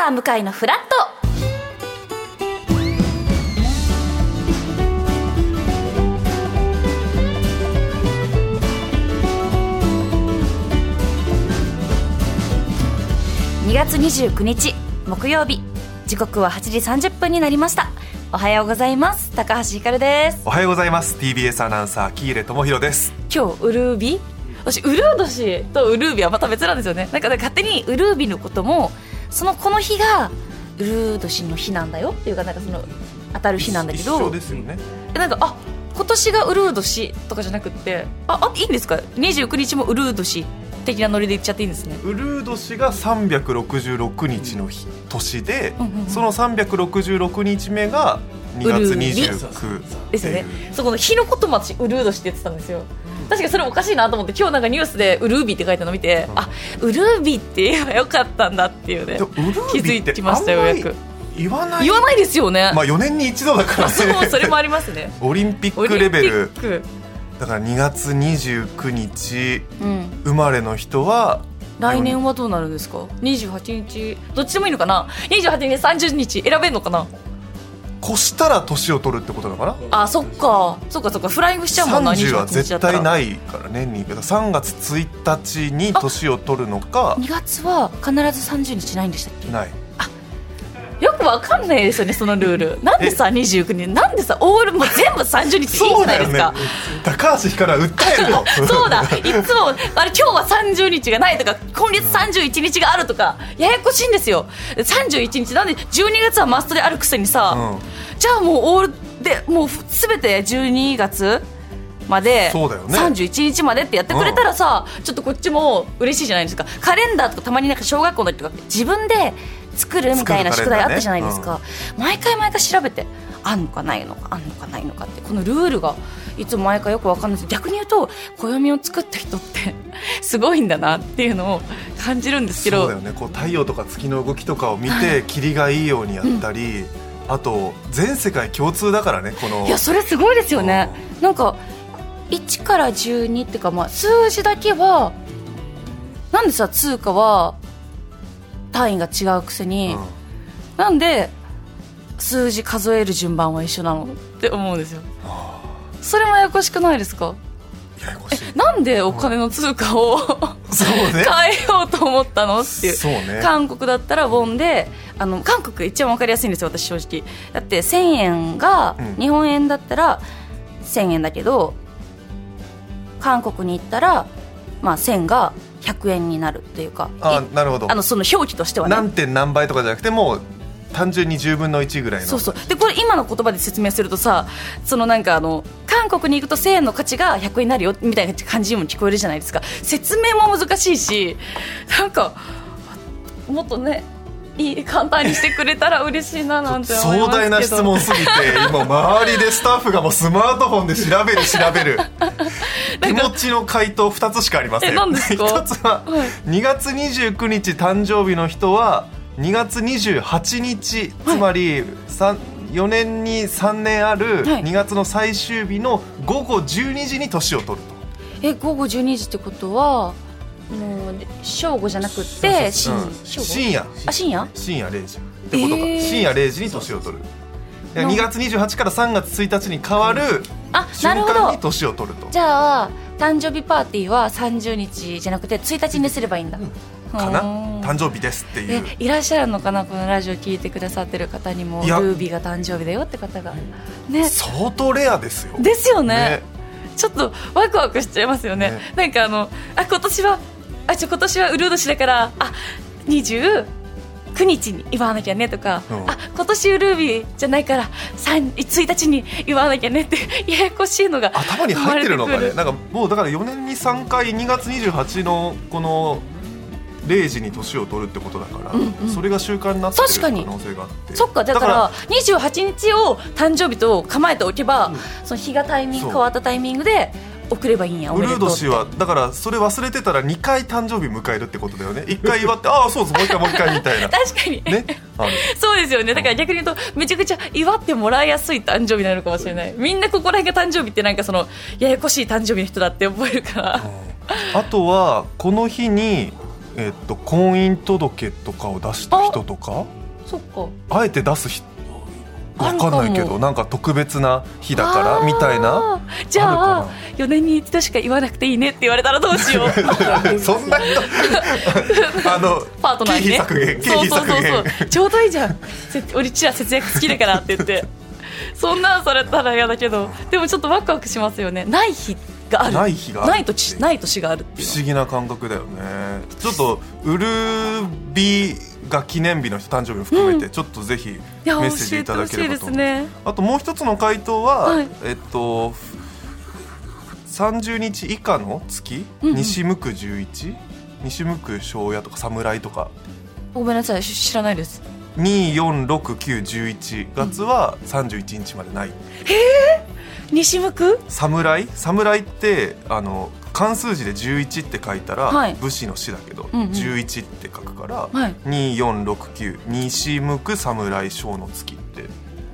サー向井のフラット。2月29日木曜日、時刻は8時30分になりました。おはようございます。高橋ひかるです。 おはようございます。 TBS アナウンサー喜入智弘です。 今日ウルービ、私ウルー年とウルービはまた別なんですよね。なんか勝手にウルービのこともこの日がウルー年の日なんだよっていうか、なんかその当たる日なんだけど、 一緒ですよね。 なんか今年がウルー年とかじゃなくって、いいんですか、29日もウルー年的なノリで言っちゃっていいんですね。 ウルー年が366日の年で、その366日目が2月29 ですよね。そこの日のことも私ウルー年って言ってたんですよ。確かそれおかしいなと思って、今日なんかニュースでウルービーって書いたのを見て、ウルービーって言えばよかったんだっていうね、気づいてきましたよ。ようやく言わないですよね。 4年に一度だからね。 それもありますね。 オリンピックレベルだから2月29日生まれの人は、 来年はどうなるんですか。28日どっちでもいいのかな。28日30日選べるのかな。 越したら年を取るってことだから。 そっかフライングしちゃうもんな。 30は絶対ないから年に。3月1日に年を取るのか。 2月は必ず30日ないんでしたっけ。 ない。 よくわかんないですよね、そのルール。なんでさ29日、なんでさオールも全部30日いいじゃないですか。 高橋ひかるは訴えるの。 そうだ、いつも今日は30日がないとか、今月31日があるとか、ややこしいんですよ。31日なんで12月はマストであるくせにさ、じゃあもうオールでもう全て12月まで、 そうだよね、 31日までってやってくれたらさ、ちょっとこっちも嬉しいじゃないですか。カレンダーとかたまになんか小学校の時とか自分で作るみたいな宿題あったじゃないですか。毎回調べて、あんのかないのかって、このルールがいつも毎回よく分かんないです。逆に言うと暦を作った人ってすごいんだなっていうのを感じるんですけど。 そうだよね。こう太陽とか月の動きとかを見て霧がいいようにやったり、あと全世界共通だからね、この。 いや、それすごいですよね。なんか1から12っていうか、数字だけはなんでさ、通貨は単位が違うくせに、なんで数字数える順番は一緒なのって思うんですよ。それもややこしくないですか。 ややこしい。 なんでお金の通貨を変えようと思ったのっていう。 そうね。 韓国だったらウォンで、韓国一番分かりやすいんですよ、私正直。だって1000円が日本円だったら1000円だけど、韓国に行ったら、1000が100円になるっていうか。 なるほど。 その表記としてはね、 何点何倍とかじゃなくて、もう単純に10分の1ぐらいの。 そうで、これ今の言葉で説明するとさ、なんか韓国に行くと1000円の価値が100円になるよみたいな感じにも聞こえるじゃないですか。説明も難しいし、なんかもっとね、簡単にしてくれたら嬉しいななんて思いますけど。 壮大な質問すぎて今周りでスタッフがもうスマートフォンで調べる手持ちの回答2つしかありません。 何ですか。 1つは、2月29日誕生日の人は2月28日、つまり4年に3年ある2月の最終日の午後12時に年を取ると。 午後12時ってことはもう正午じゃなくて深夜 0時ってことか。深夜0時に年を取る。2月28から3月1日に変わる瞬間に年を取ると。じゃあ誕生日パーティーは30日じゃなくて1日にすればいいんだ、 かな。誕生日ですっていう。 いらっしゃるのかな、このラジオ聞いてくださってる方にも。ルービーが誕生日だよって方がね、 相当レアですよ。 ですよね。ちょっとワクワクしちゃいますよね。なんか今年はウルー年だから29日に祝わなきゃねとか、今年ウルービーじゃないから1日に祝わなきゃねってややこしいのが頭に入ってるのかね。なんかもうだから4年に3回2月28のこの0時に年を取るってことだから、それが習慣になってる可能性があって。 そっか、だから28日を誕生日と構えておけば、その日が変わったタイミングで送ればいいんや。 ウルー年はだからそれ忘れてたら2回誕生日迎えるってことだよね。1回祝ってそうです、もう1回みたいな確かにね。 そうですよね。だから逆に言うとめちゃくちゃ祝ってもらいやすい誕生日になるかもしれない。みんなここら辺が誕生日ってなんかそのややこしい誕生日の人だって覚えるから。 あとはこの日に婚姻届とかを出した人とか、 そっか、 あえて出す人わかんないけど、なんか特別な日だからみたいな。 じゃあ4年に一度しか言わなくていいねって言われたらどうしようそんな人パートナーにね、 経費削減そうちょうどいいじゃん、俺ちら節約好きだからって言ってそんなんされたら嫌だけど、でもちょっとワクワクしますよね。ない日がある、ない年があるっていう不思議な感覚だよね。ちょっとウルビが記念日の人誕生日も含めて、ちょっとぜひメッセージいただければと思います。あともう一つの回答は、30日以下の月、西向く11、西向く庄屋とか侍とか。 ごめんなさい、知らないです。 2、4、6、9、11月は31日までない。 西向く侍って漢数字で11って書いたら、武士の士だけど、11って書くから、2469西向く侍小の月って。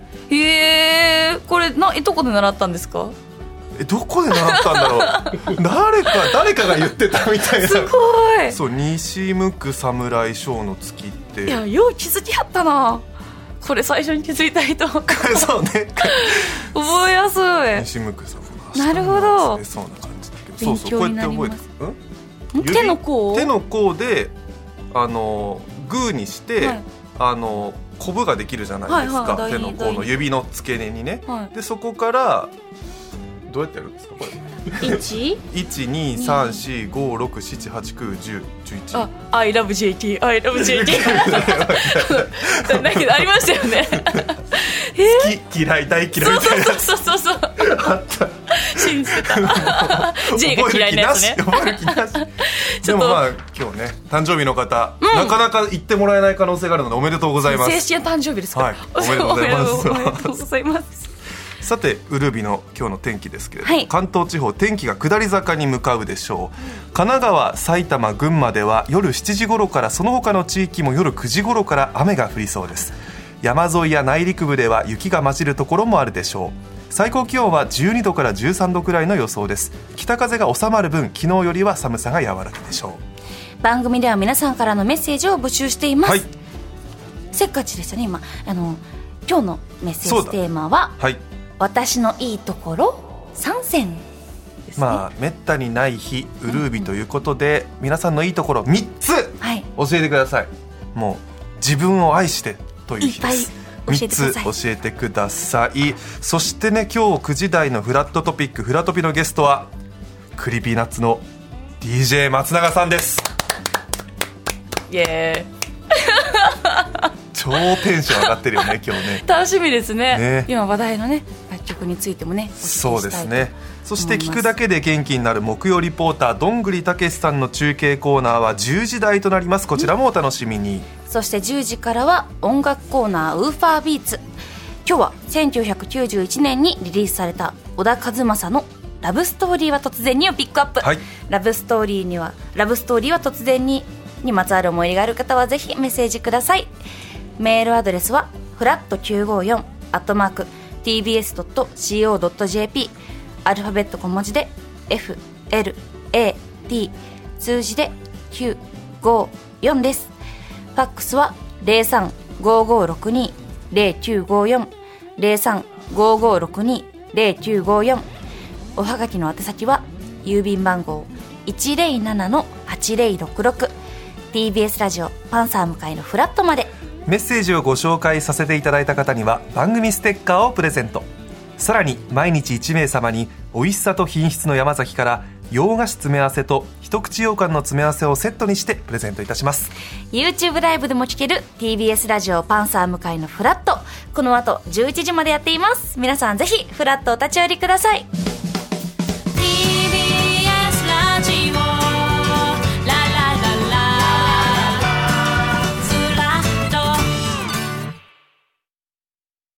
これどこで習ったんですか？ どこで習ったんだろう誰かが言ってたみたいな。 すごい。 そう、西向く侍小の月って。 いや、よう気づきはったな。これ最初に気づいた人そうね覚えやすい。 西向く侍。 なるほど。 そうな感じだけど、 勉強になります。 手の甲でグーにして、コブができるじゃないですか、手の甲の指の付け根にね、でそこからどうやってやるんですかこれ。1,2,3,4,5,6,7,8,9,10,11 I love JT I love JT だけどありましたよね好き嫌い大嫌いみたいな。 そうあった信じてたJ が嫌いなやつね。 覚える気なしでもまあ今日ね誕生日の方、なかなか言ってもらえない可能性があるのでおめでとうございます。 正式な誕生日ですか。 はい、おめでとうございます。 おめでとうございます。 さてウルビの今日の天気ですけれども、関東地方天気が下り坂に向かうでしょう。神奈川、埼玉、群馬では夜7時頃から、その他の地域も夜9時頃から雨が降りそうです。山沿いや内陸部では雪が混じるところもあるでしょう。最高気温は12度から13度くらいの予想です。北風が収まる分、昨日よりは寒さが和らぐでしょう。番組では皆さんからのメッセージを募集しています。せっかちでしたね今。今日のメッセージテーマは、私のいいところ3選ですね。 めったにない日ウルービということで、皆さんのいいところ3つ教えてください。もう自分を愛してという日です。3つ教えてください。そしてね、今日9時台のフラットトピックフラトピのゲストはクリーピーナッツの DJ 松永さんです。 イエーイ超テンション上がってるよね今日ね。 楽しみですね。今話題のね楽曲についてもね。 そうですね。そして聞くだけで元気になる木曜リポーターどんぐりたけしさんの中継コーナーは10時台となります。こちらもお楽しみに。 そして10時からは音楽コーナーウーファービーツ。今日は1991年にリリースされた小田和正のラブストーリーは突然にをピックアップ、ラブストーリーは突然にまつわる思い出がある方はぜひメッセージください。メールアドレスはflat954@tbs.co.jp、 アルファベット小文字で FLAT 数字で954です。ファックスは 0355620954 0355620954。おはがきの宛先は郵便番号 107-8066 TBS ラジオパンサー向かいのフラットまで。 メッセージをご紹介させていただいた方には番組ステッカーをプレゼント。さらに毎日1名様に美味しさと品質の山崎から洋菓子詰め合わせと一口羊羹の詰め合わせをセットにしてプレゼントいたします。 YouTube ライブでも聴ける TBS ラジオパンサー向かいのフラット、この後11時までやっています。皆さんぜひフラットお立ち寄りください。